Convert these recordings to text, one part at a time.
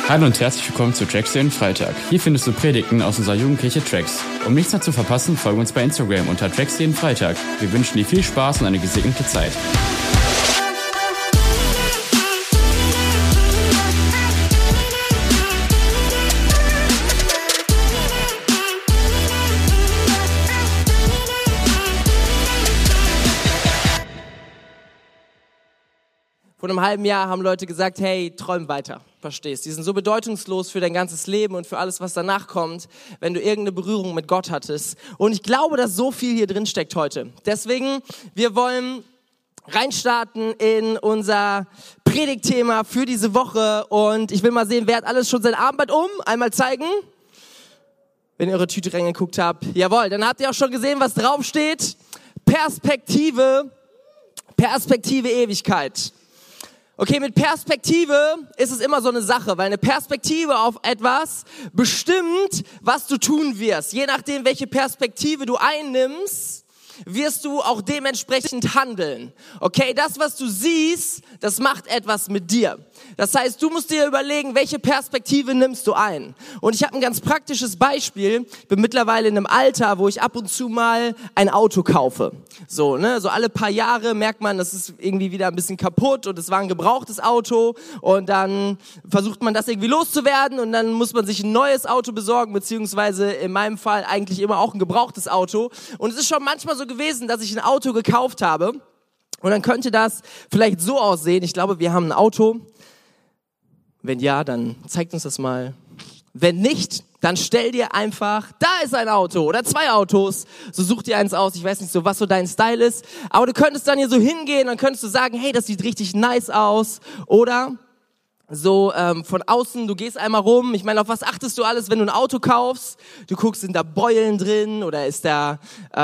Hallo und herzlich willkommen zu Tracks jeden Freitag. Hier findest du Predigten aus unserer Jugendkirche Tracks. Um nichts mehr zu verpassen, folge uns bei Instagram unter Tracks jeden Freitag. Wir wünschen dir viel Spaß und eine gesegnete Zeit. Vor einem halben Jahr haben Leute gesagt, hey, träum weiter, verstehst? Die sind so bedeutungslos für dein ganzes Leben und für alles, was danach kommt, wenn du irgendeine Berührung mit Gott hattest. Und ich glaube, dass so viel hier drin steckt heute. Deswegen, wir wollen reinstarten in unser Predigtthema für diese Woche. Und ich will mal sehen, wer hat alles schon sein Armband um? Einmal zeigen. Wenn ihr eure Tüte reingeguckt habt. Jawohl, dann habt ihr auch schon gesehen, was draufsteht. Perspektive Ewigkeit. Okay, mit Perspektive ist es immer so eine Sache, weil eine Perspektive auf etwas bestimmt, was du tun wirst. Je nachdem, welche Perspektive du einnimmst, wirst du auch dementsprechend handeln. Okay, das, was du siehst, das macht etwas mit dir. Das heißt, du musst dir überlegen, welche Perspektive nimmst du ein. Und ich habe ein ganz praktisches Beispiel. Ich bin mittlerweile in einem Alter, wo ich ab und zu mal ein Auto kaufe. So alle paar Jahre merkt man, das ist irgendwie wieder ein bisschen kaputt und es war ein gebrauchtes Auto. Und dann versucht man das irgendwie loszuwerden und dann muss man sich ein neues Auto besorgen, beziehungsweise in meinem Fall eigentlich immer auch ein gebrauchtes Auto. Und es ist schon manchmal so gewesen, dass ich ein Auto gekauft habe. Und dann könnte das vielleicht so aussehen. Ich glaube, wir haben ein Auto. Wenn ja, dann zeigt uns das mal. Wenn nicht, dann stell dir einfach, da ist ein Auto oder 2 Autos. So such dir eins aus. Ich weiß nicht so, was so dein Style ist. Aber du könntest dann hier so hingehen, dann könntest du sagen, hey, das sieht richtig nice aus. Oder so von außen, du gehst einmal rum. Ich meine, auf was achtest du alles, wenn du ein Auto kaufst? Du guckst, sind da Beulen drin oder ist da,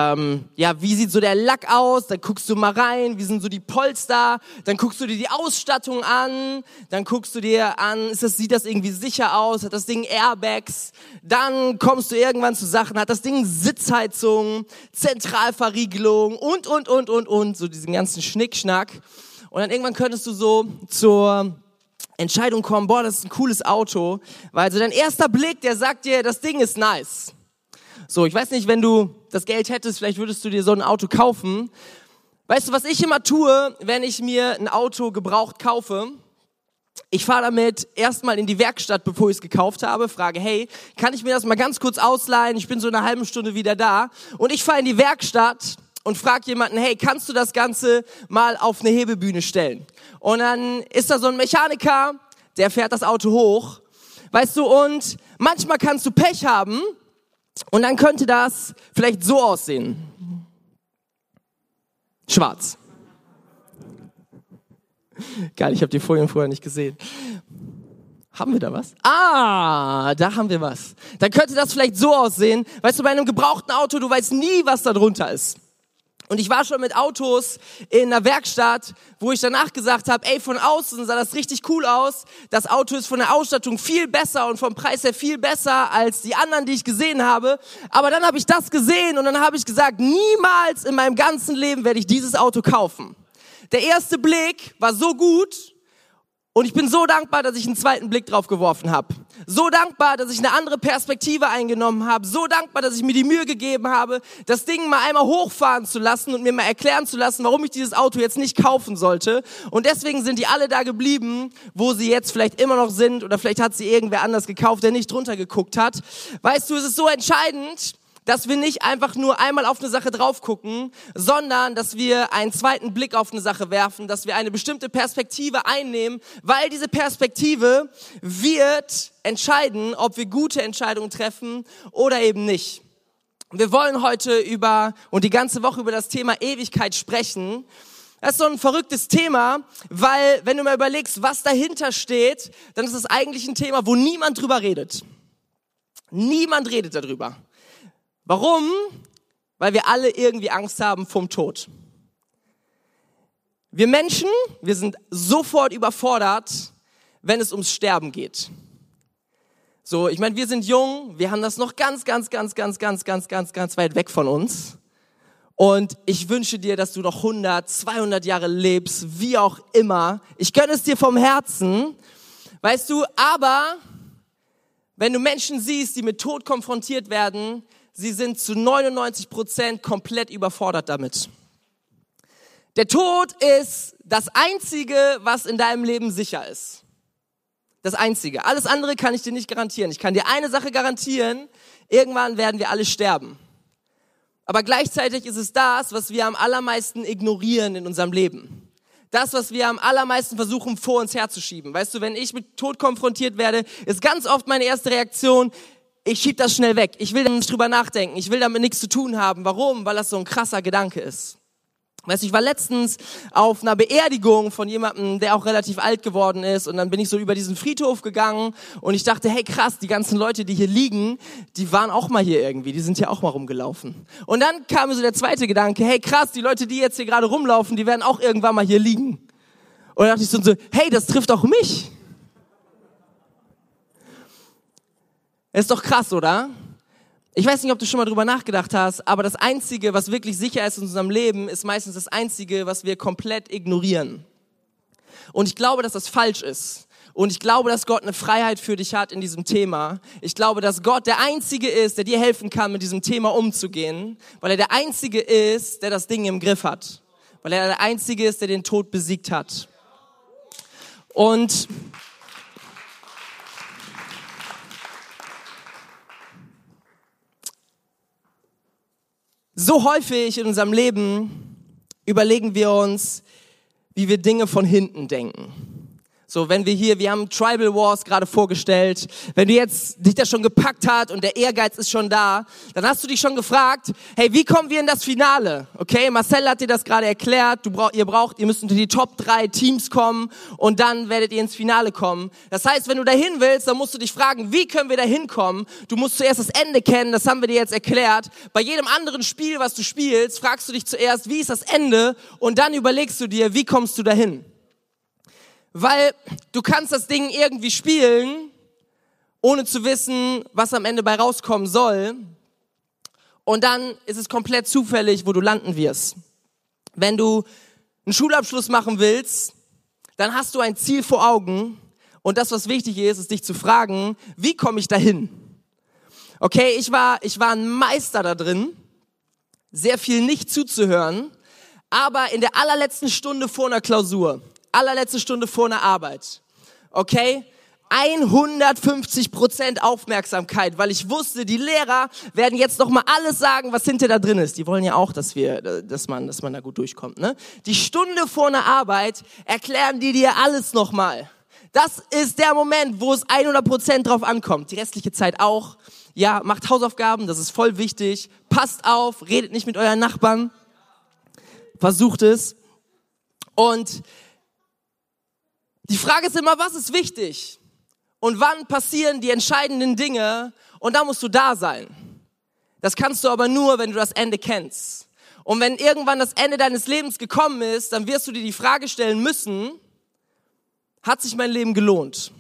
wie sieht so der Lack aus? Dann guckst du mal rein, wie sind so die Polster? Dann guckst du dir die Ausstattung an. Dann guckst du dir an, sieht das irgendwie sicher aus? Hat das Ding Airbags? Dann kommst du irgendwann zu Sachen, hat das Ding Sitzheizung, Zentralverriegelung und, so diesen ganzen Schnickschnack. Und dann irgendwann könntest du so zur Entscheidung kommen, boah, das ist ein cooles Auto, weil so dein erster Blick, der sagt dir, das Ding ist nice. So, ich weiß nicht, wenn du das Geld hättest, vielleicht würdest du dir so ein Auto kaufen. Weißt du, was ich immer tue, wenn ich mir ein Auto gebraucht kaufe? Ich fahre damit erstmal in die Werkstatt, bevor ich es gekauft habe, frage, hey, kann ich mir das mal ganz kurz ausleihen? Ich bin so eine halbe Stunde wieder da. Und ich fahre in die Werkstatt und frag jemanden, hey, kannst du das Ganze mal auf eine Hebebühne stellen? Und dann ist da so ein Mechaniker, der fährt das Auto hoch, weißt du, und manchmal kannst du Pech haben und dann könnte das vielleicht so aussehen. Schwarz. Geil, ich habe die Folien vorher nicht gesehen. Haben wir da was? Ah, da haben wir was. Dann könnte das vielleicht so aussehen, weißt du, bei einem gebrauchten Auto, du weißt nie, was da drunter ist. Und ich war schon mit Autos in einer Werkstatt, wo ich danach gesagt habe, ey, von außen sah das richtig cool aus. Das Auto ist von der Ausstattung viel besser und vom Preis her viel besser als die anderen, die ich gesehen habe. Aber dann habe ich das gesehen und dann habe ich gesagt, niemals in meinem ganzen Leben werde ich dieses Auto kaufen. Der erste Blick war so gut und ich bin so dankbar, dass ich einen zweiten Blick drauf geworfen habe. So dankbar, dass ich eine andere Perspektive eingenommen habe. So dankbar, dass ich mir die Mühe gegeben habe, das Ding mal einmal hochfahren zu lassen und mir mal erklären zu lassen, warum ich dieses Auto jetzt nicht kaufen sollte. Und deswegen sind die alle da geblieben, wo sie jetzt vielleicht immer noch sind oder vielleicht hat sie irgendwer anders gekauft, der nicht drunter geguckt hat. Weißt du, es ist so entscheidend, dass wir nicht einfach nur einmal auf eine Sache drauf gucken, sondern dass wir einen zweiten Blick auf eine Sache werfen, dass wir eine bestimmte Perspektive einnehmen, weil diese Perspektive wird entscheiden, ob wir gute Entscheidungen treffen oder eben nicht. Wir wollen heute und die ganze Woche über das Thema Ewigkeit sprechen. Das ist so ein verrücktes Thema, weil wenn du mal überlegst, was dahinter steht, dann ist es eigentlich ein Thema, wo niemand drüber redet. Niemand redet darüber. Warum? Weil wir alle irgendwie Angst haben vom Tod. Wir Menschen, wir sind sofort überfordert, wenn es ums Sterben geht. So, ich meine, wir sind jung, wir haben das noch ganz weit weg von uns. Und ich wünsche dir, dass du noch 100, 200 Jahre lebst, wie auch immer. Ich gönne es dir vom Herzen. Weißt du, aber wenn du Menschen siehst, die mit Tod konfrontiert werden, sie sind zu 99% komplett überfordert damit. Der Tod ist das Einzige, was in deinem Leben sicher ist. Das Einzige. Alles andere kann ich dir nicht garantieren. Ich kann dir eine Sache garantieren, irgendwann werden wir alle sterben. Aber gleichzeitig ist es das, was wir am allermeisten ignorieren in unserem Leben. Das, was wir am allermeisten versuchen, vor uns herzuschieben. Weißt du, wenn ich mit Tod konfrontiert werde, ist ganz oft meine erste Reaktion, ich schieb das schnell weg. Ich will da nicht drüber nachdenken. Ich will damit nichts zu tun haben. Warum? Weil das so ein krasser Gedanke ist. Weißt du, ich war letztens auf einer Beerdigung von jemandem, der auch relativ alt geworden ist, und dann bin ich so über diesen Friedhof gegangen und ich dachte, hey krass, die ganzen Leute, die hier liegen, die waren auch mal hier irgendwie, die sind hier auch mal rumgelaufen. Und dann kam mir so der zweite Gedanke, hey krass, die Leute, die jetzt hier gerade rumlaufen, die werden auch irgendwann mal hier liegen. Und dann dachte ich so, hey, das trifft auch mich. Ist doch krass, oder? Ich weiß nicht, ob du schon mal drüber nachgedacht hast, aber das Einzige, was wirklich sicher ist in unserem Leben, ist meistens das Einzige, was wir komplett ignorieren. Und ich glaube, dass das falsch ist. Und ich glaube, dass Gott eine Freiheit für dich hat in diesem Thema. Ich glaube, dass Gott der Einzige ist, der dir helfen kann, mit diesem Thema umzugehen, weil er der Einzige ist, der das Ding im Griff hat. Weil er der Einzige ist, der den Tod besiegt hat. Und so häufig in unserem Leben überlegen wir uns, wie wir Dinge von hinten denken. So, wenn wir haben Tribal Wars gerade vorgestellt, wenn du jetzt dich das schon gepackt hat und der Ehrgeiz ist schon da, dann hast du dich schon gefragt, hey, wie kommen wir in das Finale? Okay, Marcel hat dir das gerade erklärt, ihr müsst unter die Top 3 Teams kommen und dann werdet ihr ins Finale kommen. Das heißt, wenn du dahin willst, dann musst du dich fragen, wie können wir da hinkommen? Du musst zuerst das Ende kennen, das haben wir dir jetzt erklärt. Bei jedem anderen Spiel, was du spielst, fragst du dich zuerst, wie ist das Ende? Und dann überlegst du dir, wie kommst du dahin? Weil du kannst das Ding irgendwie spielen, ohne zu wissen, was am Ende bei rauskommen soll. Und dann ist es komplett zufällig, wo du landen wirst. Wenn du einen Schulabschluss machen willst, dann hast du ein Ziel vor Augen. Und das, was wichtig ist, ist dich zu fragen, wie komme ich dahin? Okay, ich war ein Meister da drin, sehr viel nicht zuzuhören, aber in der allerletzten Stunde vor einer Klausur, allerletzte Stunde vor einer Arbeit, okay, 150% Aufmerksamkeit, weil ich wusste, die Lehrer werden jetzt noch mal alles sagen, was hinter da drin ist. Die wollen ja auch, dass man da gut durchkommt, ne? Die Stunde vor einer Arbeit erklären die dir alles noch mal. Das ist der Moment, wo es 100% drauf ankommt. Die restliche Zeit auch. Ja, macht Hausaufgaben, das ist voll wichtig. Passt auf, redet nicht mit euren Nachbarn. Versucht es. Und die Frage ist immer, was ist wichtig? Und wann passieren die entscheidenden Dinge? Und da musst du da sein. Das kannst du aber nur, wenn du das Ende kennst. Und wenn irgendwann das Ende deines Lebens gekommen ist, dann wirst du dir die Frage stellen müssen, hat sich mein Leben gelohnt?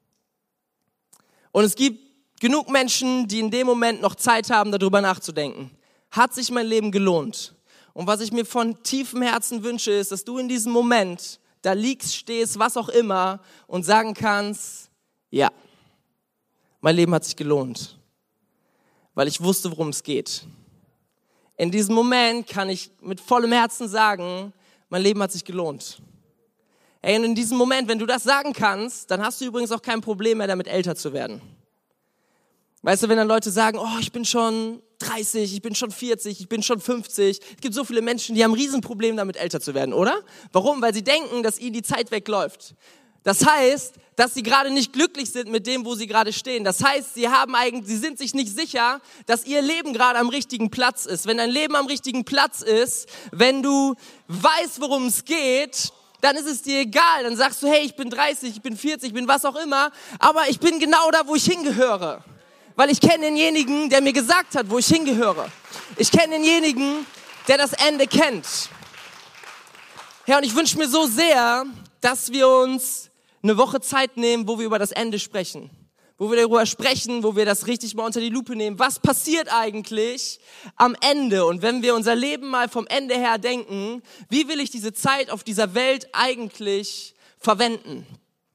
Und es gibt genug Menschen, die in dem Moment noch Zeit haben, darüber nachzudenken. Hat sich mein Leben gelohnt? Und was ich mir von tiefem Herzen wünsche, ist, dass du in diesem Moment da liegst, stehst, was auch immer und sagen kannst, ja, mein Leben hat sich gelohnt, weil ich wusste, worum es geht. In diesem Moment kann ich mit vollem Herzen sagen, mein Leben hat sich gelohnt. Ey, und in diesem Moment, wenn du das sagen kannst, dann hast du übrigens auch kein Problem mehr damit, älter zu werden. Weißt du, wenn dann Leute sagen, oh, ich bin schon 30, ich bin schon 40, ich bin schon 50. Es gibt so viele Menschen, die haben ein Riesenproblem damit, älter zu werden, oder? Warum? Weil sie denken, dass ihnen die Zeit wegläuft. Das heißt, dass sie gerade nicht glücklich sind mit dem, wo sie gerade stehen. Das heißt, sie sind sich nicht sicher, dass ihr Leben gerade am richtigen Platz ist. Wenn dein Leben am richtigen Platz ist, wenn du weißt, worum es geht, dann ist es dir egal. Dann sagst du, hey, ich bin 30, ich bin 40, ich bin was auch immer, aber ich bin genau da, wo ich hingehöre. Weil ich kenne denjenigen, der mir gesagt hat, wo ich hingehöre. Ich kenne denjenigen, der das Ende kennt. Ja, und ich wünsche mir so sehr, dass wir uns eine Woche Zeit nehmen, wo wir über das Ende sprechen. Wo wir darüber sprechen, wo wir das richtig mal unter die Lupe nehmen. Was passiert eigentlich am Ende? Und wenn wir unser Leben mal vom Ende her denken, wie will ich diese Zeit auf dieser Welt eigentlich verwenden?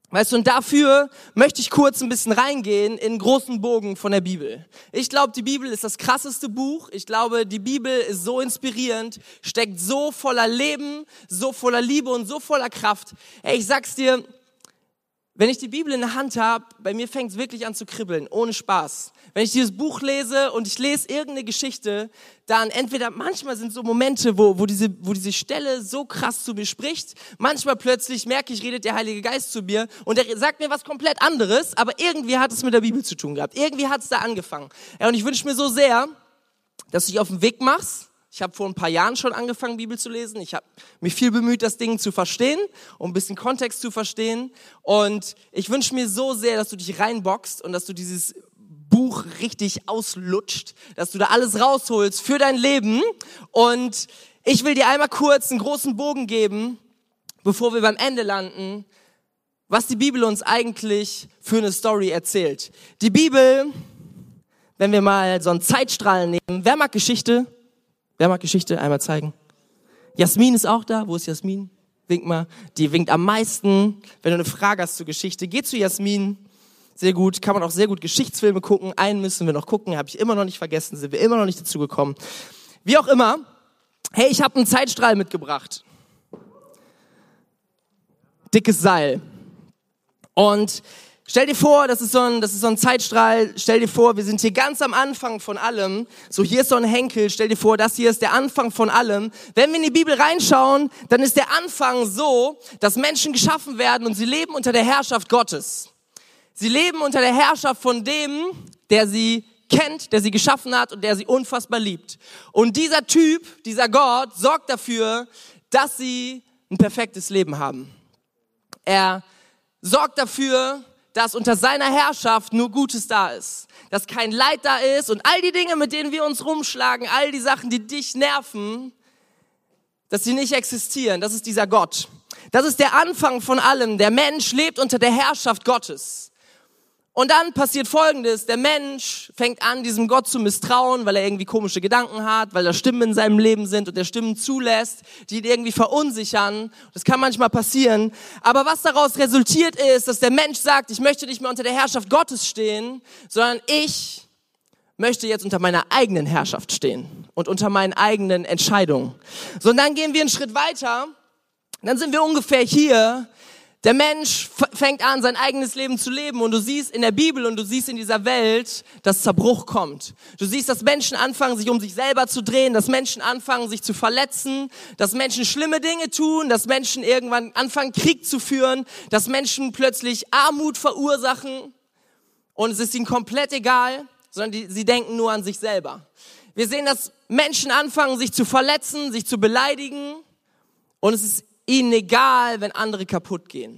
Weißt du, und dafür möchte ich kurz ein bisschen reingehen in einen großen Bogen von der Bibel. Ich glaube, die Bibel ist das krasseste Buch. Ich glaube, die Bibel ist so inspirierend, steckt so voller Leben, so voller Liebe und so voller Kraft. Ey, ich sag's dir, wenn ich die Bibel in der Hand habe, bei mir fängt es wirklich an zu kribbeln, ohne Spaß. Wenn ich dieses Buch lese und ich lese irgendeine Geschichte, dann entweder, manchmal sind so Momente, wo diese Stelle so krass zu mir spricht, manchmal plötzlich merke ich, redet der Heilige Geist zu mir und er sagt mir was komplett anderes, aber irgendwie hat es mit der Bibel zu tun gehabt. Irgendwie hat es da angefangen. Ja, und ich wünsche mir so sehr, dass du dich auf den Weg machst. Ich habe vor ein paar Jahren schon angefangen, Bibel zu lesen. Ich habe mich viel bemüht, das Ding zu verstehen, um ein bisschen Kontext zu verstehen. Und ich wünsche mir so sehr, dass du dich reinboxst und dass du dieses Buch richtig auslutscht, dass du da alles rausholst für dein Leben. Und ich will dir einmal kurz einen großen Bogen geben, bevor wir beim Ende landen, was die Bibel uns eigentlich für eine Story erzählt. Die Bibel, wenn wir mal so einen Zeitstrahl nehmen, wer mag Geschichte? Wer mag Geschichte? Einmal zeigen. Jasmin ist auch da. Wo ist Jasmin? Wink mal. Die winkt am meisten. Wenn du eine Frage hast zur Geschichte, geh zu Jasmin. Sehr gut. Kann man auch sehr gut Geschichtsfilme gucken. Einen müssen wir noch gucken. Habe ich immer noch nicht vergessen. Sind wir immer noch nicht dazu gekommen. Wie auch immer. Hey, ich habe einen Zeitstrahl mitgebracht. Dickes Seil. Und stell dir vor, das ist so ein Zeitstrahl. Stell dir vor, wir sind hier ganz am Anfang von allem. So, hier ist so ein Henkel. Stell dir vor, das hier ist der Anfang von allem. Wenn wir in die Bibel reinschauen, dann ist der Anfang so, dass Menschen geschaffen werden und sie leben unter der Herrschaft Gottes. Sie leben unter der Herrschaft von dem, der sie kennt, der sie geschaffen hat und der sie unfassbar liebt. Und dieser Typ, dieser Gott, sorgt dafür, dass sie ein perfektes Leben haben. Er sorgt dafür, dass unter seiner Herrschaft nur Gutes da ist. Dass kein Leid da ist und all die Dinge, mit denen wir uns rumschlagen, all die Sachen, die dich nerven, dass sie nicht existieren. Das ist dieser Gott. Das ist der Anfang von allem. Der Mensch lebt unter der Herrschaft Gottes. Und dann passiert Folgendes. Der Mensch fängt an, diesem Gott zu misstrauen, weil er irgendwie komische Gedanken hat, weil da Stimmen in seinem Leben sind und er Stimmen zulässt, die ihn irgendwie verunsichern. Das kann manchmal passieren. Aber was daraus resultiert ist, dass der Mensch sagt, ich möchte nicht mehr unter der Herrschaft Gottes stehen, sondern ich möchte jetzt unter meiner eigenen Herrschaft stehen und unter meinen eigenen Entscheidungen. So, und dann gehen wir einen Schritt weiter. Dann sind wir ungefähr hier. Der Mensch fängt an, sein eigenes Leben zu leben und du siehst in der Bibel und du siehst in dieser Welt, dass Zerbruch kommt. Du siehst, dass Menschen anfangen, sich um sich selber zu drehen, dass Menschen anfangen, sich zu verletzen, dass Menschen schlimme Dinge tun, dass Menschen irgendwann anfangen, Krieg zu führen, dass Menschen plötzlich Armut verursachen und es ist ihnen komplett egal, sondern sie denken nur an sich selber. Wir sehen, dass Menschen anfangen, sich zu verletzen, sich zu beleidigen und es ist ihnen egal, wenn andere kaputt gehen.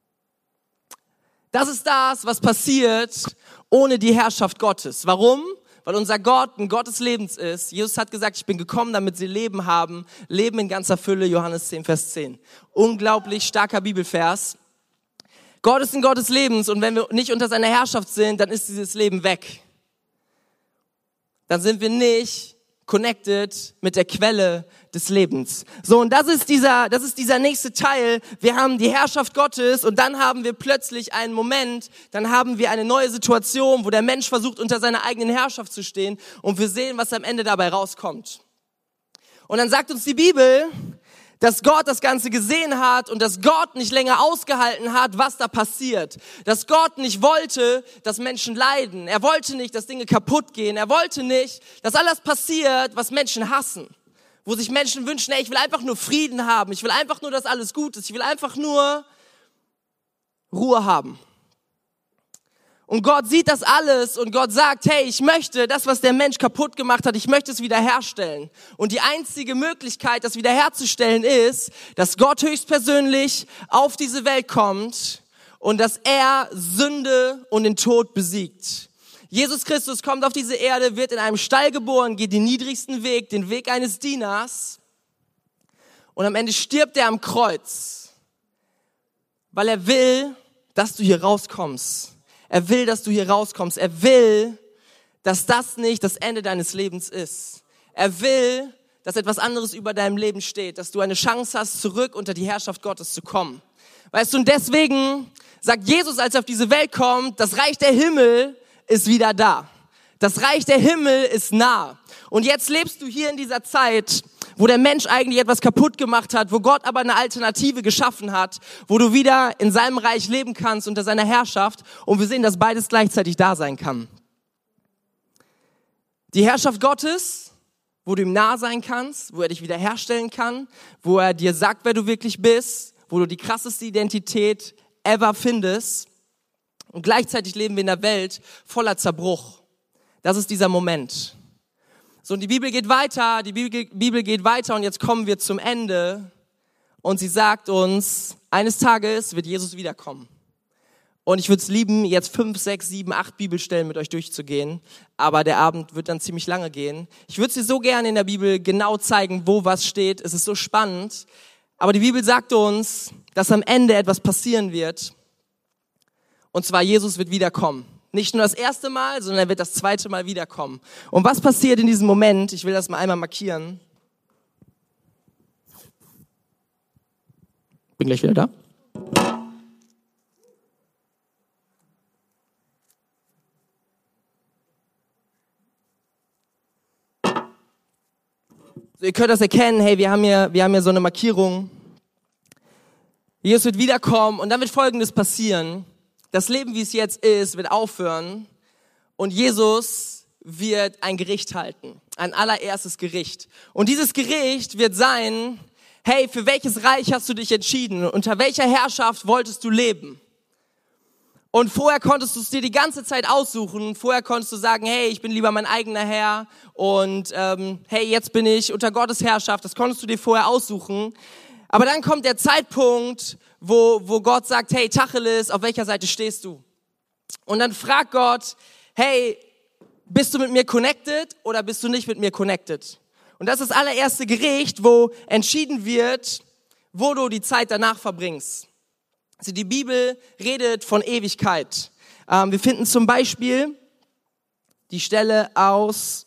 Das ist das, was passiert ohne die Herrschaft Gottes. Warum? Weil unser Gott ein Gott des Lebens ist. Jesus hat gesagt, ich bin gekommen, damit sie Leben haben. Leben in ganzer Fülle, Johannes 10, Vers 10. Unglaublich starker Bibelvers. Gott ist ein Gott des Lebens und wenn wir nicht unter seiner Herrschaft sind, dann ist dieses Leben weg. Dann sind wir nicht connected mit der Quelle des Lebens. So, und das ist dieser nächste Teil. Wir haben die Herrschaft Gottes und dann haben wir plötzlich einen Moment, dann haben wir eine neue Situation, wo der Mensch versucht, unter seiner eigenen Herrschaft zu stehen und wir sehen, was am Ende dabei rauskommt. Und dann sagt uns die Bibel, dass Gott das Ganze gesehen hat und dass Gott nicht länger ausgehalten hat, was da passiert. Dass Gott nicht wollte, dass Menschen leiden. Er wollte nicht, dass Dinge kaputt gehen. Er wollte nicht, dass alles passiert, was Menschen hassen. Wo sich Menschen wünschen, ey, ich will einfach nur Frieden haben. Ich will einfach nur, dass alles gut ist. Ich will einfach nur Ruhe haben. Und Gott sieht das alles und Gott sagt, hey, ich möchte das, was der Mensch kaputt gemacht hat, ich möchte es wiederherstellen. Und die einzige Möglichkeit, das wiederherzustellen, ist, dass Gott höchstpersönlich auf diese Welt kommt und dass er Sünde und den Tod besiegt. Jesus Christus kommt auf diese Erde, wird in einem Stall geboren, geht den niedrigsten Weg, den Weg eines Dieners. Und am Ende stirbt er am Kreuz, weil er will, dass du hier rauskommst. Er will, dass du hier rauskommst. Er will, dass das nicht das Ende deines Lebens ist. Er will, dass etwas anderes über deinem Leben steht, dass du eine Chance hast, zurück unter die Herrschaft Gottes zu kommen. Weißt du, und deswegen sagt Jesus, als er auf diese Welt kommt, das Reich der Himmel ist wieder da. Das Reich der Himmel ist nah. Und jetzt lebst du hier in dieser Zeit, wo der Mensch eigentlich etwas kaputt gemacht hat, wo Gott aber eine Alternative geschaffen hat, wo du wieder in seinem Reich leben kannst, unter seiner Herrschaft. Und wir sehen, dass beides gleichzeitig da sein kann. Die Herrschaft Gottes, wo du ihm nah sein kannst, wo er dich wiederherstellen kann, wo er dir sagt, wer du wirklich bist, wo du die krasseste Identität ever findest. Und gleichzeitig leben wir in einer Welt voller Zerbruch. Das ist dieser Moment. So, und die Bibel geht weiter und jetzt kommen wir zum Ende. Und sie sagt uns, eines Tages wird Jesus wiederkommen. Und ich würde es lieben, jetzt 5, 6, 7, 8 Bibelstellen mit euch durchzugehen. Aber der Abend wird dann ziemlich lange gehen. Ich würde es dir so gerne in der Bibel genau zeigen, wo was steht. Es ist so spannend. Aber die Bibel sagt uns, dass am Ende etwas passieren wird. Und zwar, Jesus wird wiederkommen. Nicht nur das erste Mal, sondern er wird das zweite Mal wiederkommen. Und was passiert in diesem Moment? Ich will das mal einmal markieren. Bin gleich wieder da. So, ihr könnt das erkennen, hey, wir haben hier so eine Markierung. Jesus wird wiederkommen und dann wird Folgendes passieren. Das Leben, wie es jetzt ist, wird aufhören und Jesus wird ein Gericht halten, ein allererstes Gericht. Und dieses Gericht wird sein, hey, für welches Reich hast du dich entschieden? Unter welcher Herrschaft wolltest du leben? Und vorher konntest du es dir die ganze Zeit aussuchen. Vorher konntest du sagen, hey, ich bin lieber mein eigener Herr und hey, jetzt bin ich unter Gottes Herrschaft. Das konntest du dir vorher aussuchen. Aber dann kommt der Zeitpunkt, wo Gott sagt, hey, Tacheles, auf welcher Seite stehst du? Und dann fragt Gott, hey, bist du mit mir connected oder bist du nicht mit mir connected? Und das ist das allererste Gericht, wo entschieden wird, wo du die Zeit danach verbringst. Also die Bibel redet von Ewigkeit. Wir finden zum Beispiel die Stelle aus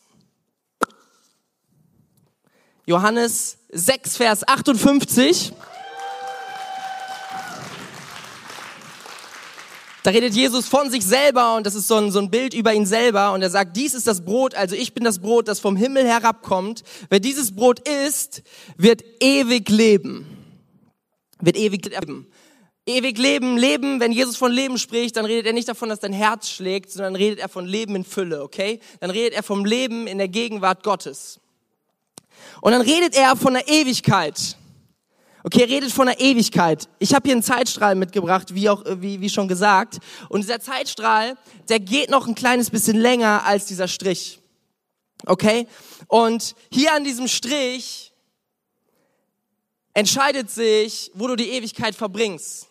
Johannes 6, Vers 58. Da redet Jesus von sich selber und das ist so ein Bild über ihn selber und er sagt, dies ist das Brot, also ich bin das Brot, das vom Himmel herabkommt. Wer dieses Brot isst, wird ewig leben. Wird ewig leben. Ewig leben, wenn Jesus von Leben spricht, dann redet er nicht davon, dass dein Herz schlägt, sondern redet er von Leben in Fülle, okay? Dann redet er vom Leben in der Gegenwart Gottes. Und dann redet er von der Ewigkeit. Okay, er redet von der Ewigkeit. Ich habe hier einen Zeitstrahl mitgebracht, wie schon gesagt. Und dieser Zeitstrahl, der geht noch ein kleines bisschen länger als dieser Strich. Okay? Und hier an diesem Strich entscheidet sich, wo du die Ewigkeit verbringst.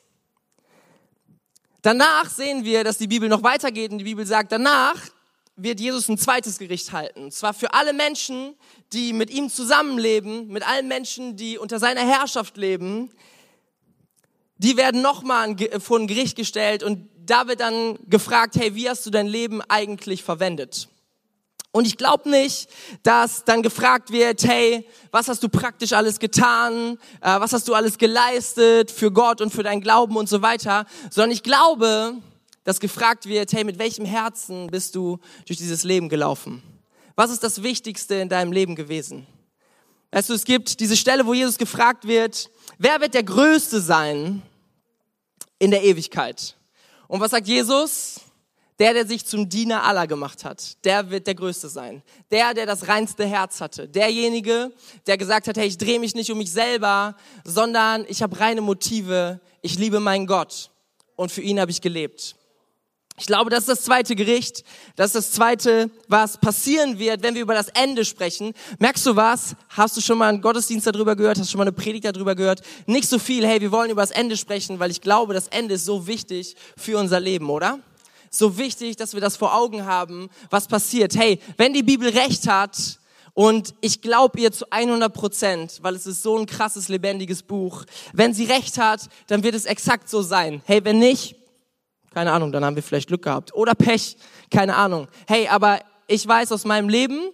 Danach sehen wir, dass die Bibel noch weitergeht und die Bibel sagt, danach wird Jesus ein zweites Gericht halten. Und zwar für alle Menschen, die mit ihm zusammenleben, mit allen Menschen, die unter seiner Herrschaft leben, die werden nochmal vor ein Gericht gestellt und da wird dann gefragt, hey, wie hast du dein Leben eigentlich verwendet? Und ich glaube nicht, dass dann gefragt wird, hey, was hast du praktisch alles getan, was hast du alles geleistet für Gott und für deinen Glauben und so weiter, sondern ich glaube, dass gefragt wird, hey, mit welchem Herzen bist du durch dieses Leben gelaufen? Was ist das Wichtigste in deinem Leben gewesen? Weißt du, es gibt diese Stelle, wo Jesus gefragt wird, wer wird der Größte sein in der Ewigkeit? Und was sagt Jesus? Der sich zum Diener aller gemacht hat, der wird der Größte sein. Der das reinste Herz hatte. Derjenige, der gesagt hat, hey, ich drehe mich nicht um mich selber, sondern ich habe reine Motive. Ich liebe meinen Gott und für ihn habe ich gelebt. Ich glaube, das ist das zweite Gericht. Das ist das zweite, was passieren wird, wenn wir über das Ende sprechen. Merkst du was? Hast du schon mal einen Gottesdienst darüber gehört? Hast du schon mal eine Predigt darüber gehört? Nicht so viel. Hey, wir wollen über das Ende sprechen, weil ich glaube, das Ende ist so wichtig für unser Leben, oder? So wichtig, dass wir das vor Augen haben, was passiert. Hey, wenn die Bibel recht hat, und ich glaube ihr zu 100%, weil es ist so ein krasses, lebendiges Buch, wenn sie recht hat, dann wird es exakt so sein. Hey, wenn nicht, keine Ahnung, dann haben wir vielleicht Glück gehabt. Oder Pech, keine Ahnung. Hey, aber ich weiß aus meinem Leben,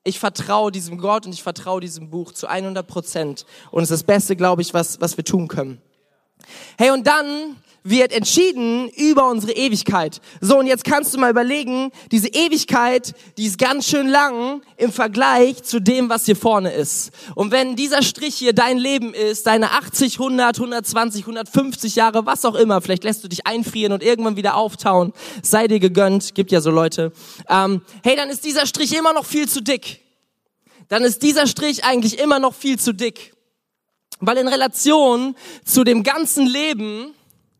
ich vertraue diesem Gott und ich vertraue diesem Buch zu 100%. Und es ist das Beste, glaube ich, was wir tun können. Hey, und dann wird entschieden über unsere Ewigkeit. So, und jetzt kannst du mal überlegen, diese Ewigkeit, die ist ganz schön lang im Vergleich zu dem, was hier vorne ist. Und wenn dieser Strich hier dein Leben ist, deine 80, 100, 120, 150 Jahre, was auch immer, vielleicht lässt du dich einfrieren und irgendwann wieder auftauen, sei dir gegönnt, gibt ja so Leute. Hey, dann ist dieser Strich immer noch viel zu dick. Dann ist dieser Strich eigentlich immer noch viel zu dick. Weil in Relation zu dem ganzen Leben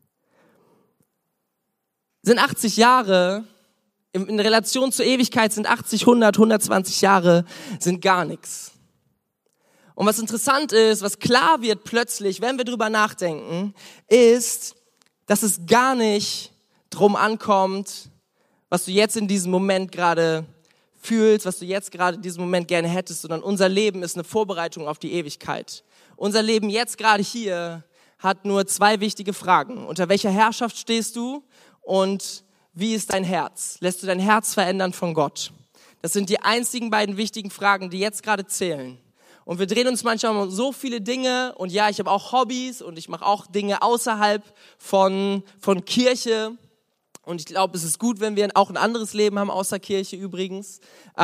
sind 80 Jahre, in Relation zur Ewigkeit sind 80, 100, 120 Jahre, sind gar nichts. Und was interessant ist, was klar wird plötzlich, wenn wir drüber nachdenken, ist, dass es gar nicht drum ankommt, was du jetzt in diesem Moment gerade fühlst, was du jetzt gerade in diesem Moment gerne hättest, sondern unser Leben ist eine Vorbereitung auf die Ewigkeit. Unser Leben jetzt gerade hier hat nur 2 wichtige Fragen. Unter welcher Herrschaft stehst du? Und wie ist dein Herz? Lässt du dein Herz verändern von Gott? Das sind die einzigen beiden wichtigen Fragen, die jetzt gerade zählen. Und wir drehen uns manchmal um so viele Dinge. Und ja, ich habe auch Hobbys und ich mache auch Dinge außerhalb von Kirche. Und ich glaube, es ist gut, wenn wir auch ein anderes Leben haben, außer Kirche übrigens.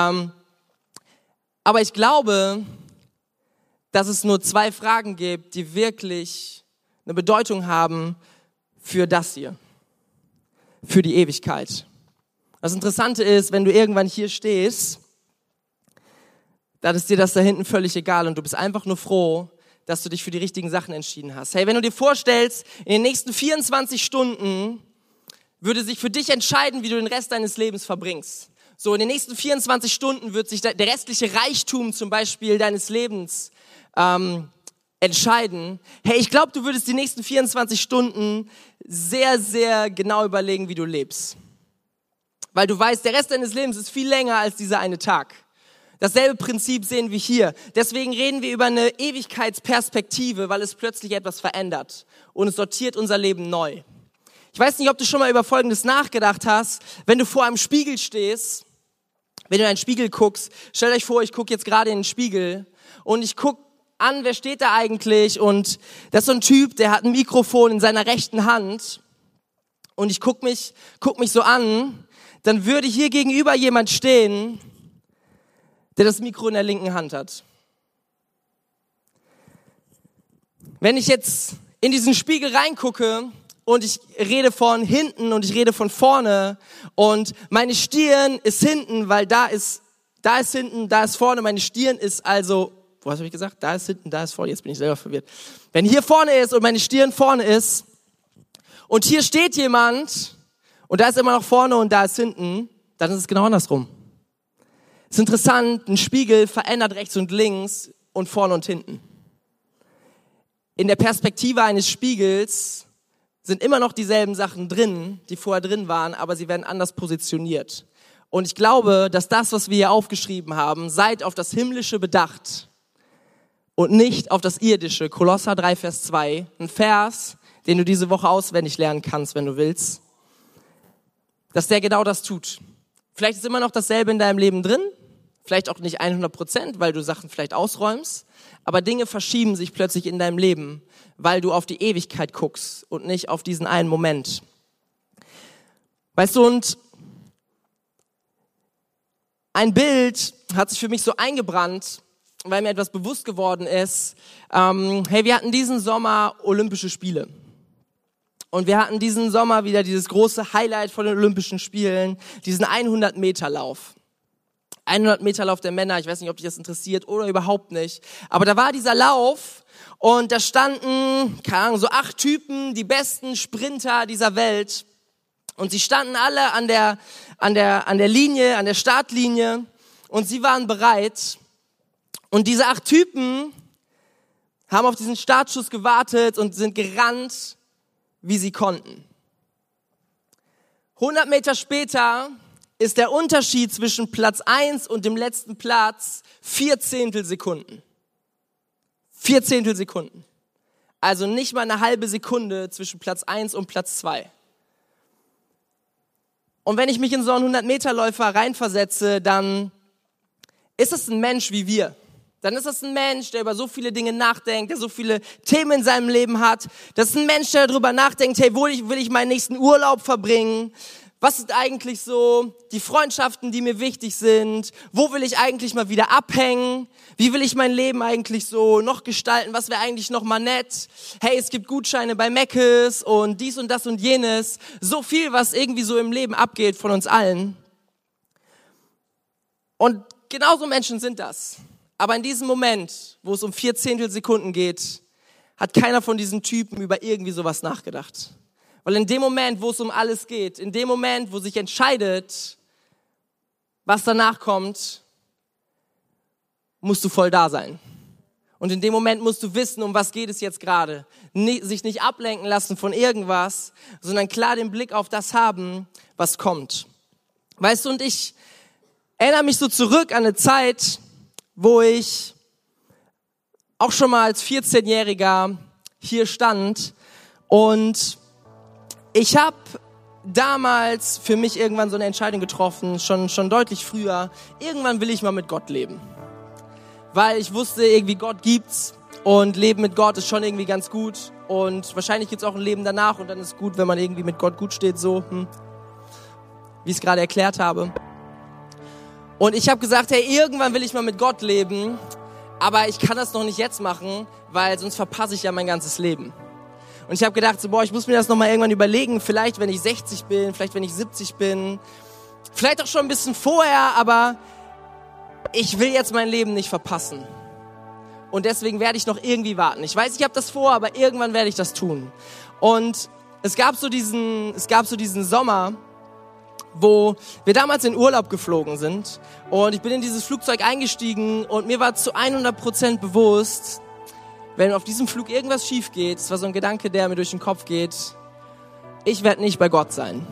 Aber ich glaube, dass es nur 2 Fragen gibt, die wirklich eine Bedeutung haben für das hier. Für die Ewigkeit. Das Interessante ist, wenn du irgendwann hier stehst, dann ist dir das da hinten völlig egal und du bist einfach nur froh, dass du dich für die richtigen Sachen entschieden hast. Hey, wenn du dir vorstellst, in den nächsten 24 Stunden würde sich für dich entscheiden, wie du den Rest deines Lebens verbringst. So, in den nächsten 24 Stunden wird sich der restliche Reichtum zum Beispiel deines Lebens entscheiden. Hey, ich glaube, du würdest die nächsten 24 Stunden sehr, sehr genau überlegen, wie du lebst. Weil du weißt, der Rest deines Lebens ist viel länger als dieser eine Tag. Dasselbe Prinzip sehen wir hier. Deswegen reden wir über eine Ewigkeitsperspektive, weil es plötzlich etwas verändert. Und es sortiert unser Leben neu. Ich weiß nicht, ob du schon mal über Folgendes nachgedacht hast. Wenn du vor einem Spiegel stehst, wenn du in einen Spiegel guckst, stell euch vor, ich gucke jetzt gerade in den Spiegel und ich gucke an, wer steht da eigentlich? Und das ist so ein Typ, der hat ein Mikrofon in seiner rechten Hand und ich guck mich so an, dann würde hier gegenüber jemand stehen, der das Mikro in der linken Hand hat. Wenn ich jetzt in diesen Spiegel reingucke und ich rede von hinten und ich rede von vorne und meine Stirn ist hinten, weil da ist hinten, da ist vorne, meine Stirn ist also, wo habe ich gesagt? Da ist hinten, da ist vorne. Jetzt bin ich selber verwirrt. Wenn hier vorne ist und meine Stirn vorne ist und hier steht jemand und da ist immer noch vorne und da ist hinten, dann ist es genau andersrum. Es ist interessant, ein Spiegel verändert rechts und links und vorne und hinten. In der Perspektive eines Spiegels sind immer noch dieselben Sachen drin, die vorher drin waren, aber sie werden anders positioniert. Und ich glaube, dass das, was wir hier aufgeschrieben haben, seid auf das Himmlische bedacht und nicht auf das Irdische. Kolosser 3, Vers 2, ein Vers, den du diese Woche auswendig lernen kannst, wenn du willst, dass der genau das tut. Vielleicht ist immer noch dasselbe in deinem Leben drin, vielleicht auch nicht 100%, weil du Sachen vielleicht ausräumst, aber Dinge verschieben sich plötzlich in deinem Leben, weil du auf die Ewigkeit guckst und nicht auf diesen einen Moment. Weißt du, und ein Bild hat sich für mich so eingebrannt, weil mir etwas bewusst geworden ist. Hey, wir hatten diesen Sommer Olympische Spiele. Und wir hatten diesen Sommer wieder dieses große Highlight von den Olympischen Spielen, diesen 100-Meter-Lauf. 100-Meter-Lauf der Männer, ich weiß nicht, ob dich das interessiert oder überhaupt nicht. Aber da war dieser Lauf und da standen, keine Ahnung, so 8 Typen, die besten Sprinter dieser Welt. Und sie standen alle an der Linie, an der Startlinie und sie waren bereit. Und diese 8 Typen haben auf diesen Startschuss gewartet und sind gerannt, wie sie konnten. 100 Meter später ist der Unterschied zwischen Platz 1 und dem letzten Platz 4 Zehntelsekunden. 4 Zehntelsekunden. Also nicht mal eine halbe Sekunde zwischen Platz 1 und Platz 2. Und wenn ich mich in so einen 100-Meter-Läufer reinversetze, dann ist es ein Mensch wie wir. Dann ist das ein Mensch, der über so viele Dinge nachdenkt, der so viele Themen in seinem Leben hat. Das ist ein Mensch, der darüber nachdenkt, hey, wo will ich meinen nächsten Urlaub verbringen? Was sind eigentlich so die Freundschaften, die mir wichtig sind? Wo will ich eigentlich mal wieder abhängen? Wie will ich mein Leben eigentlich so noch gestalten? Was wäre eigentlich noch mal nett? Hey, es gibt Gutscheine bei Mc's und dies und das und jenes. So viel, was irgendwie so im Leben abgeht von uns allen. Und genauso Menschen sind das. Aber in diesem Moment, wo es um 0,4 Sekunden geht, hat keiner von diesen Typen über irgendwie sowas nachgedacht. Weil in dem Moment, wo es um alles geht, in dem Moment, wo sich entscheidet, was danach kommt, musst du voll da sein. Und in dem Moment musst du wissen, um was geht es jetzt gerade. Sich nicht ablenken lassen von irgendwas, sondern klar den Blick auf das haben, was kommt. Weißt du, und ich erinnere mich so zurück an eine Zeit, wo ich auch schon mal als 14-Jähriger hier stand und ich habe damals für mich irgendwann so eine Entscheidung getroffen, schon deutlich früher. Irgendwann will ich mal mit Gott leben. Weil ich wusste, irgendwie Gott gibt's und Leben mit Gott ist schon irgendwie ganz gut. Und wahrscheinlich gibt's auch ein Leben danach und dann ist es gut, wenn man irgendwie mit Gott gut steht, so wie ich es gerade erklärt habe. Und ich habe gesagt, hey, irgendwann will ich mal mit Gott leben, aber ich kann das noch nicht jetzt machen, weil sonst verpasse ich ja mein ganzes Leben. Und ich habe gedacht, so, ich muss mir das nochmal irgendwann überlegen, vielleicht wenn ich 60 bin, vielleicht wenn ich 70 bin, vielleicht auch schon ein bisschen vorher, aber ich will jetzt mein Leben nicht verpassen. Und deswegen werde ich noch irgendwie warten. Ich weiß, ich habe das vor, aber irgendwann werde ich das tun. Und es gab so diesen Sommer, wo wir damals in Urlaub geflogen sind. Und ich bin in dieses Flugzeug eingestiegen und mir war zu 100% bewusst, wenn auf diesem Flug irgendwas schief geht, das war so ein Gedanke, der mir durch den Kopf geht, ich werde nicht bei Gott sein.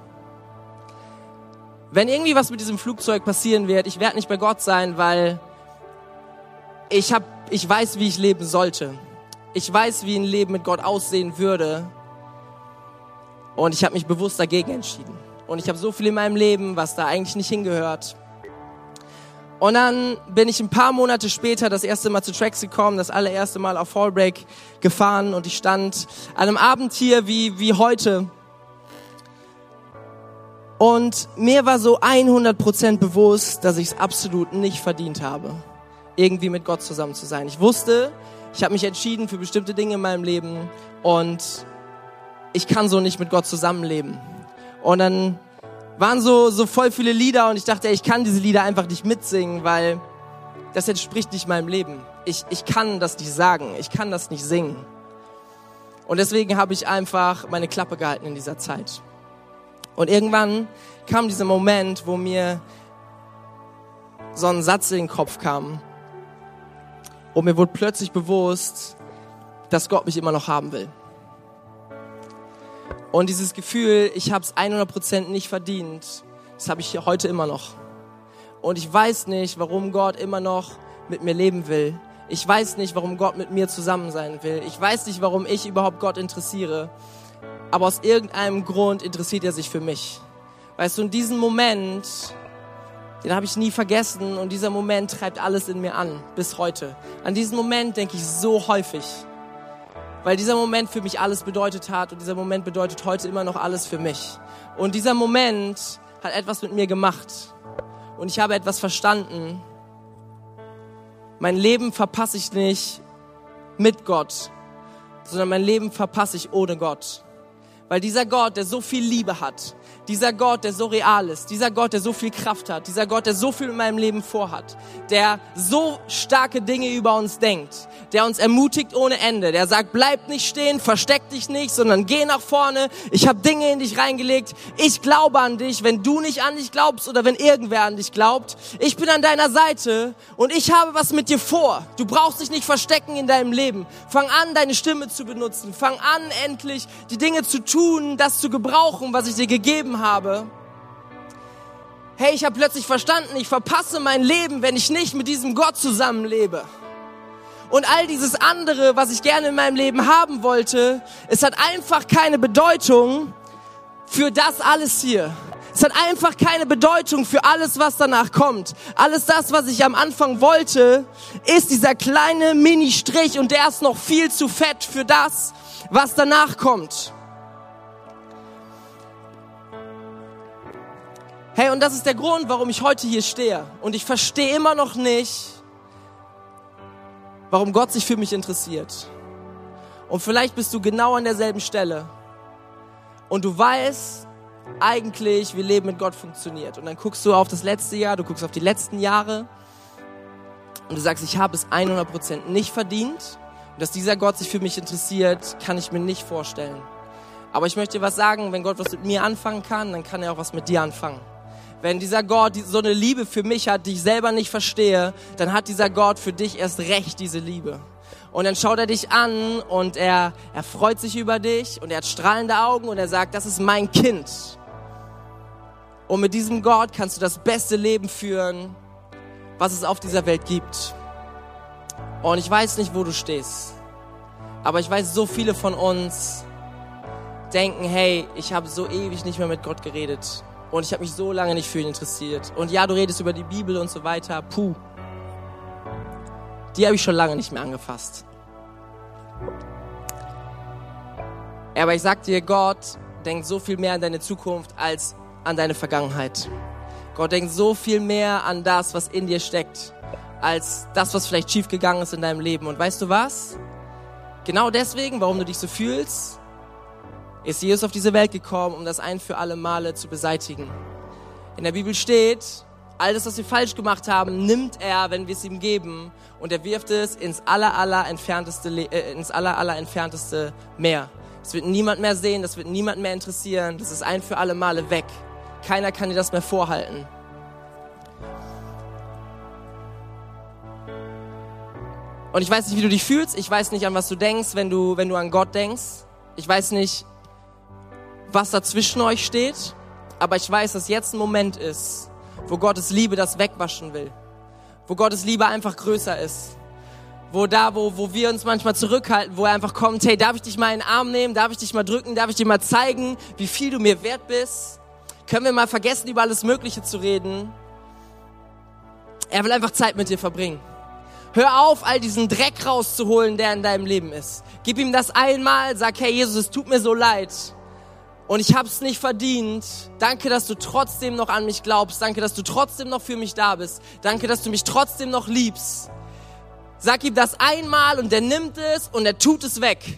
Wenn irgendwie was mit diesem Flugzeug passieren wird, ich werde nicht bei Gott sein, weil ich weiß, wie ich leben sollte. Ich weiß, wie ein Leben mit Gott aussehen würde. Und ich habe mich bewusst dagegen entschieden. Und ich habe so viel in meinem Leben, was da eigentlich nicht hingehört. Und dann bin ich ein paar Monate später das erste Mal zu Tracks gekommen, das allererste Mal auf Fallbreak gefahren und ich stand an einem Abend hier wie heute. Und mir war so 100% bewusst, dass ich es absolut nicht verdient habe, irgendwie mit Gott zusammen zu sein. Ich wusste, ich habe mich entschieden für bestimmte Dinge in meinem Leben und ich kann so nicht mit Gott zusammenleben. Und dann waren so voll viele Lieder und ich dachte, ich kann diese Lieder einfach nicht mitsingen, weil das entspricht nicht meinem Leben. Ich kann das nicht sagen, ich kann das nicht singen. Und deswegen habe ich einfach meine Klappe gehalten in dieser Zeit. Und irgendwann kam dieser Moment, wo mir so ein Satz in den Kopf kam und mir wurde plötzlich bewusst, dass Gott mich immer noch haben will. Und dieses Gefühl, ich habe es 100% nicht verdient, das habe ich heute immer noch. Und ich weiß nicht, warum Gott immer noch mit mir leben will. Ich weiß nicht, warum Gott mit mir zusammen sein will. Ich weiß nicht, warum ich überhaupt Gott interessiere. Aber aus irgendeinem Grund interessiert er sich für mich. Weißt du, in diesem Moment, den habe ich nie vergessen und dieser Moment treibt alles in mir an, bis heute. An diesen Moment denke ich so häufig. Weil dieser Moment für mich alles bedeutet hat und dieser Moment bedeutet heute immer noch alles für mich. Und dieser Moment hat etwas mit mir gemacht. Und ich habe etwas verstanden. Mein Leben verpasse ich nicht mit Gott, sondern mein Leben verpasse ich ohne Gott. Weil dieser Gott, der so viel Liebe hat, dieser Gott, der so real ist, dieser Gott, der so viel Kraft hat, dieser Gott, der so viel in meinem Leben vorhat, der so starke Dinge über uns denkt, der uns ermutigt ohne Ende, der sagt, bleib nicht stehen, versteck dich nicht, sondern geh nach vorne, ich habe Dinge in dich reingelegt, ich glaube an dich, wenn du nicht an dich glaubst oder wenn irgendwer an dich glaubt, ich bin an deiner Seite und ich habe was mit dir vor. Du brauchst dich nicht verstecken in deinem Leben. Fang an, deine Stimme zu benutzen, fang an, endlich die Dinge zu tun, das zu gebrauchen, was ich dir gegeben habe. Hey, ich habe plötzlich verstanden, ich verpasse mein Leben, wenn ich nicht mit diesem Gott zusammenlebe. Und all dieses andere, was ich gerne in meinem Leben haben wollte, es hat einfach keine Bedeutung für das alles hier. Es hat einfach keine Bedeutung für alles, was danach kommt. Alles das, was ich am Anfang wollte, ist dieser kleine Mini-Strich und der ist noch viel zu fett für das, was danach kommt. Hey, und das ist der Grund, warum ich heute hier stehe. Und ich verstehe immer noch nicht, warum Gott sich für mich interessiert. Und vielleicht bist du genau an derselben Stelle. Und du weißt eigentlich, wie Leben mit Gott funktioniert. Und dann guckst du auf das letzte Jahr, du guckst auf die letzten Jahre und du sagst, ich habe es 100% nicht verdient. Und dass dieser Gott sich für mich interessiert, kann ich mir nicht vorstellen. Aber ich möchte dir was sagen, wenn Gott was mit mir anfangen kann, dann kann er auch was mit dir anfangen. Wenn dieser Gott so eine Liebe für mich hat, die ich selber nicht verstehe, dann hat dieser Gott für dich erst recht diese Liebe. Und dann schaut er dich an und er freut sich über dich und er hat strahlende Augen und er sagt, das ist mein Kind. Und mit diesem Gott kannst du das beste Leben führen, was es auf dieser Welt gibt. Und ich weiß nicht, wo du stehst, aber ich weiß, so viele von uns denken, hey, ich habe so ewig nicht mehr mit Gott geredet und ich habe mich so lange nicht für ihn interessiert. Und ja, du redest über die Bibel und so weiter, puh. Die habe ich schon lange nicht mehr angefasst. Aber ich sag dir, Gott denkt so viel mehr an deine Zukunft als an deine Vergangenheit. Gott denkt so viel mehr an das, was in dir steckt, als das, was vielleicht schief gegangen ist in deinem Leben. Und weißt du was? Genau deswegen, warum du dich so fühlst, ist Jesus auf diese Welt gekommen, um das ein für alle Male zu beseitigen. In der Bibel steht, alles, was wir falsch gemacht haben, nimmt er, wenn wir es ihm geben, und er wirft es ins entfernteste Meer. Das wird niemand mehr sehen, das wird niemand mehr interessieren, das ist ein für alle Male weg. Keiner kann dir das mehr vorhalten. Und ich weiß nicht, wie du dich fühlst, ich weiß nicht, an was du denkst, wenn du an Gott denkst. Ich weiß nicht, was da zwischen euch steht, aber ich weiß, dass jetzt ein Moment ist, wo Gottes Liebe das wegwaschen will. Wo Gottes Liebe einfach größer ist. Wo wir uns manchmal zurückhalten, wo er einfach kommt, hey, darf ich dich mal in den Arm nehmen? Darf ich dich mal drücken? Darf ich dir mal zeigen, wie viel du mir wert bist? Können wir mal vergessen, über alles Mögliche zu reden? Er will einfach Zeit mit dir verbringen. Hör auf, all diesen Dreck rauszuholen, der in deinem Leben ist. Gib ihm das einmal, sag, hey Jesus, es tut mir so leid. Und ich hab's nicht verdient. Danke, dass du trotzdem noch an mich glaubst. Danke, dass du trotzdem noch für mich da bist. Danke, dass du mich trotzdem noch liebst. Sag ihm das einmal und er nimmt es und er tut es weg.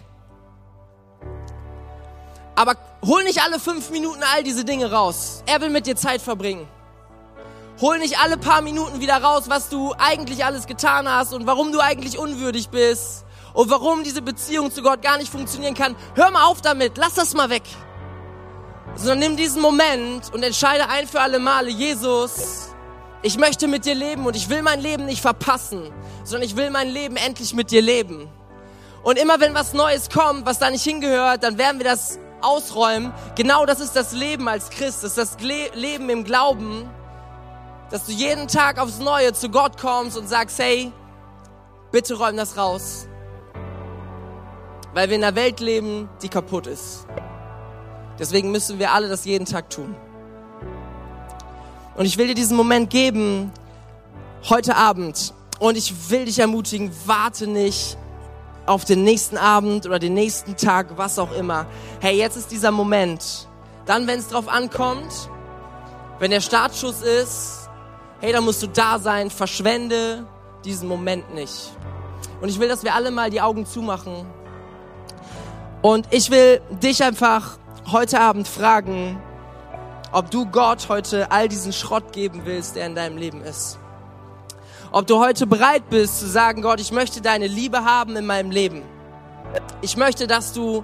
Aber hol nicht alle 5 Minuten all diese Dinge raus. Er will mit dir Zeit verbringen. Hol nicht alle paar Minuten wieder raus, was du eigentlich alles getan hast und warum du eigentlich unwürdig bist und warum diese Beziehung zu Gott gar nicht funktionieren kann. Hör mal auf damit, lass das mal weg. Sondern nimm diesen Moment und entscheide ein für alle Male, Jesus, ich möchte mit dir leben und ich will mein Leben nicht verpassen, sondern ich will mein Leben endlich mit dir leben. Und immer wenn was Neues kommt, was da nicht hingehört, dann werden wir das ausräumen. Genau das ist das Leben als Christ, das ist das Leben im Glauben, dass du jeden Tag aufs Neue zu Gott kommst und sagst, hey, bitte räum das raus. Weil wir in einer Welt leben, die kaputt ist. Deswegen müssen wir alle das jeden Tag tun. Und ich will dir diesen Moment geben, heute Abend. Und ich will dich ermutigen, warte nicht auf den nächsten Abend oder den nächsten Tag, was auch immer. Hey, jetzt ist dieser Moment. Dann, wenn es drauf ankommt, wenn der Startschuss ist, hey, dann musst du da sein. Verschwende diesen Moment nicht. Und ich will, dass wir alle mal die Augen zumachen. Und ich will dich einfach heute Abend fragen, ob du Gott heute all diesen Schrott geben willst, der in deinem Leben ist. Ob du heute bereit bist zu sagen, Gott, ich möchte deine Liebe haben in meinem Leben. Ich möchte, dass du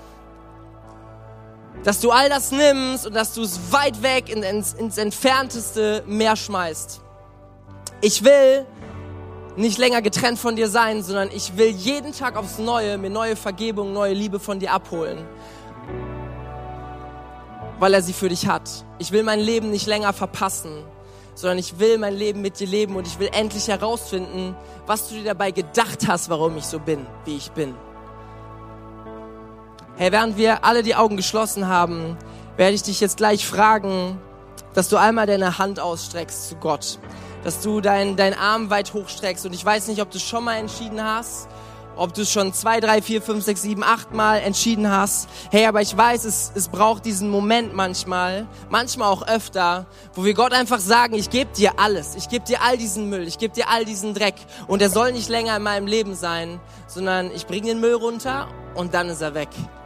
all das nimmst und dass du es weit weg ins entfernteste Meer schmeißt. Ich will nicht länger getrennt von dir sein, sondern ich will jeden Tag aufs Neue mir neue Vergebung, neue Liebe von dir abholen. Weil er sie für dich hat. Ich will mein Leben nicht länger verpassen, sondern ich will mein Leben mit dir leben und ich will endlich herausfinden, was du dir dabei gedacht hast, warum ich so bin, wie ich bin. Hey, während wir alle die Augen geschlossen haben, werde ich dich jetzt gleich fragen, dass du einmal deine Hand ausstreckst zu Gott. Dass du deinen Arm weit hochstreckst. Und ich weiß nicht, ob du es schon mal entschieden hast, ob du es schon 2, 3, 4, 5, 6, 7, 8 Mal entschieden hast. Hey, aber ich weiß, es braucht diesen Moment manchmal auch öfter, wo wir Gott einfach sagen, ich gebe dir alles. Ich gebe dir all diesen Müll, ich gebe dir all diesen Dreck. Und er soll nicht länger in meinem Leben sein, sondern ich bringe den Müll runter und dann ist er weg.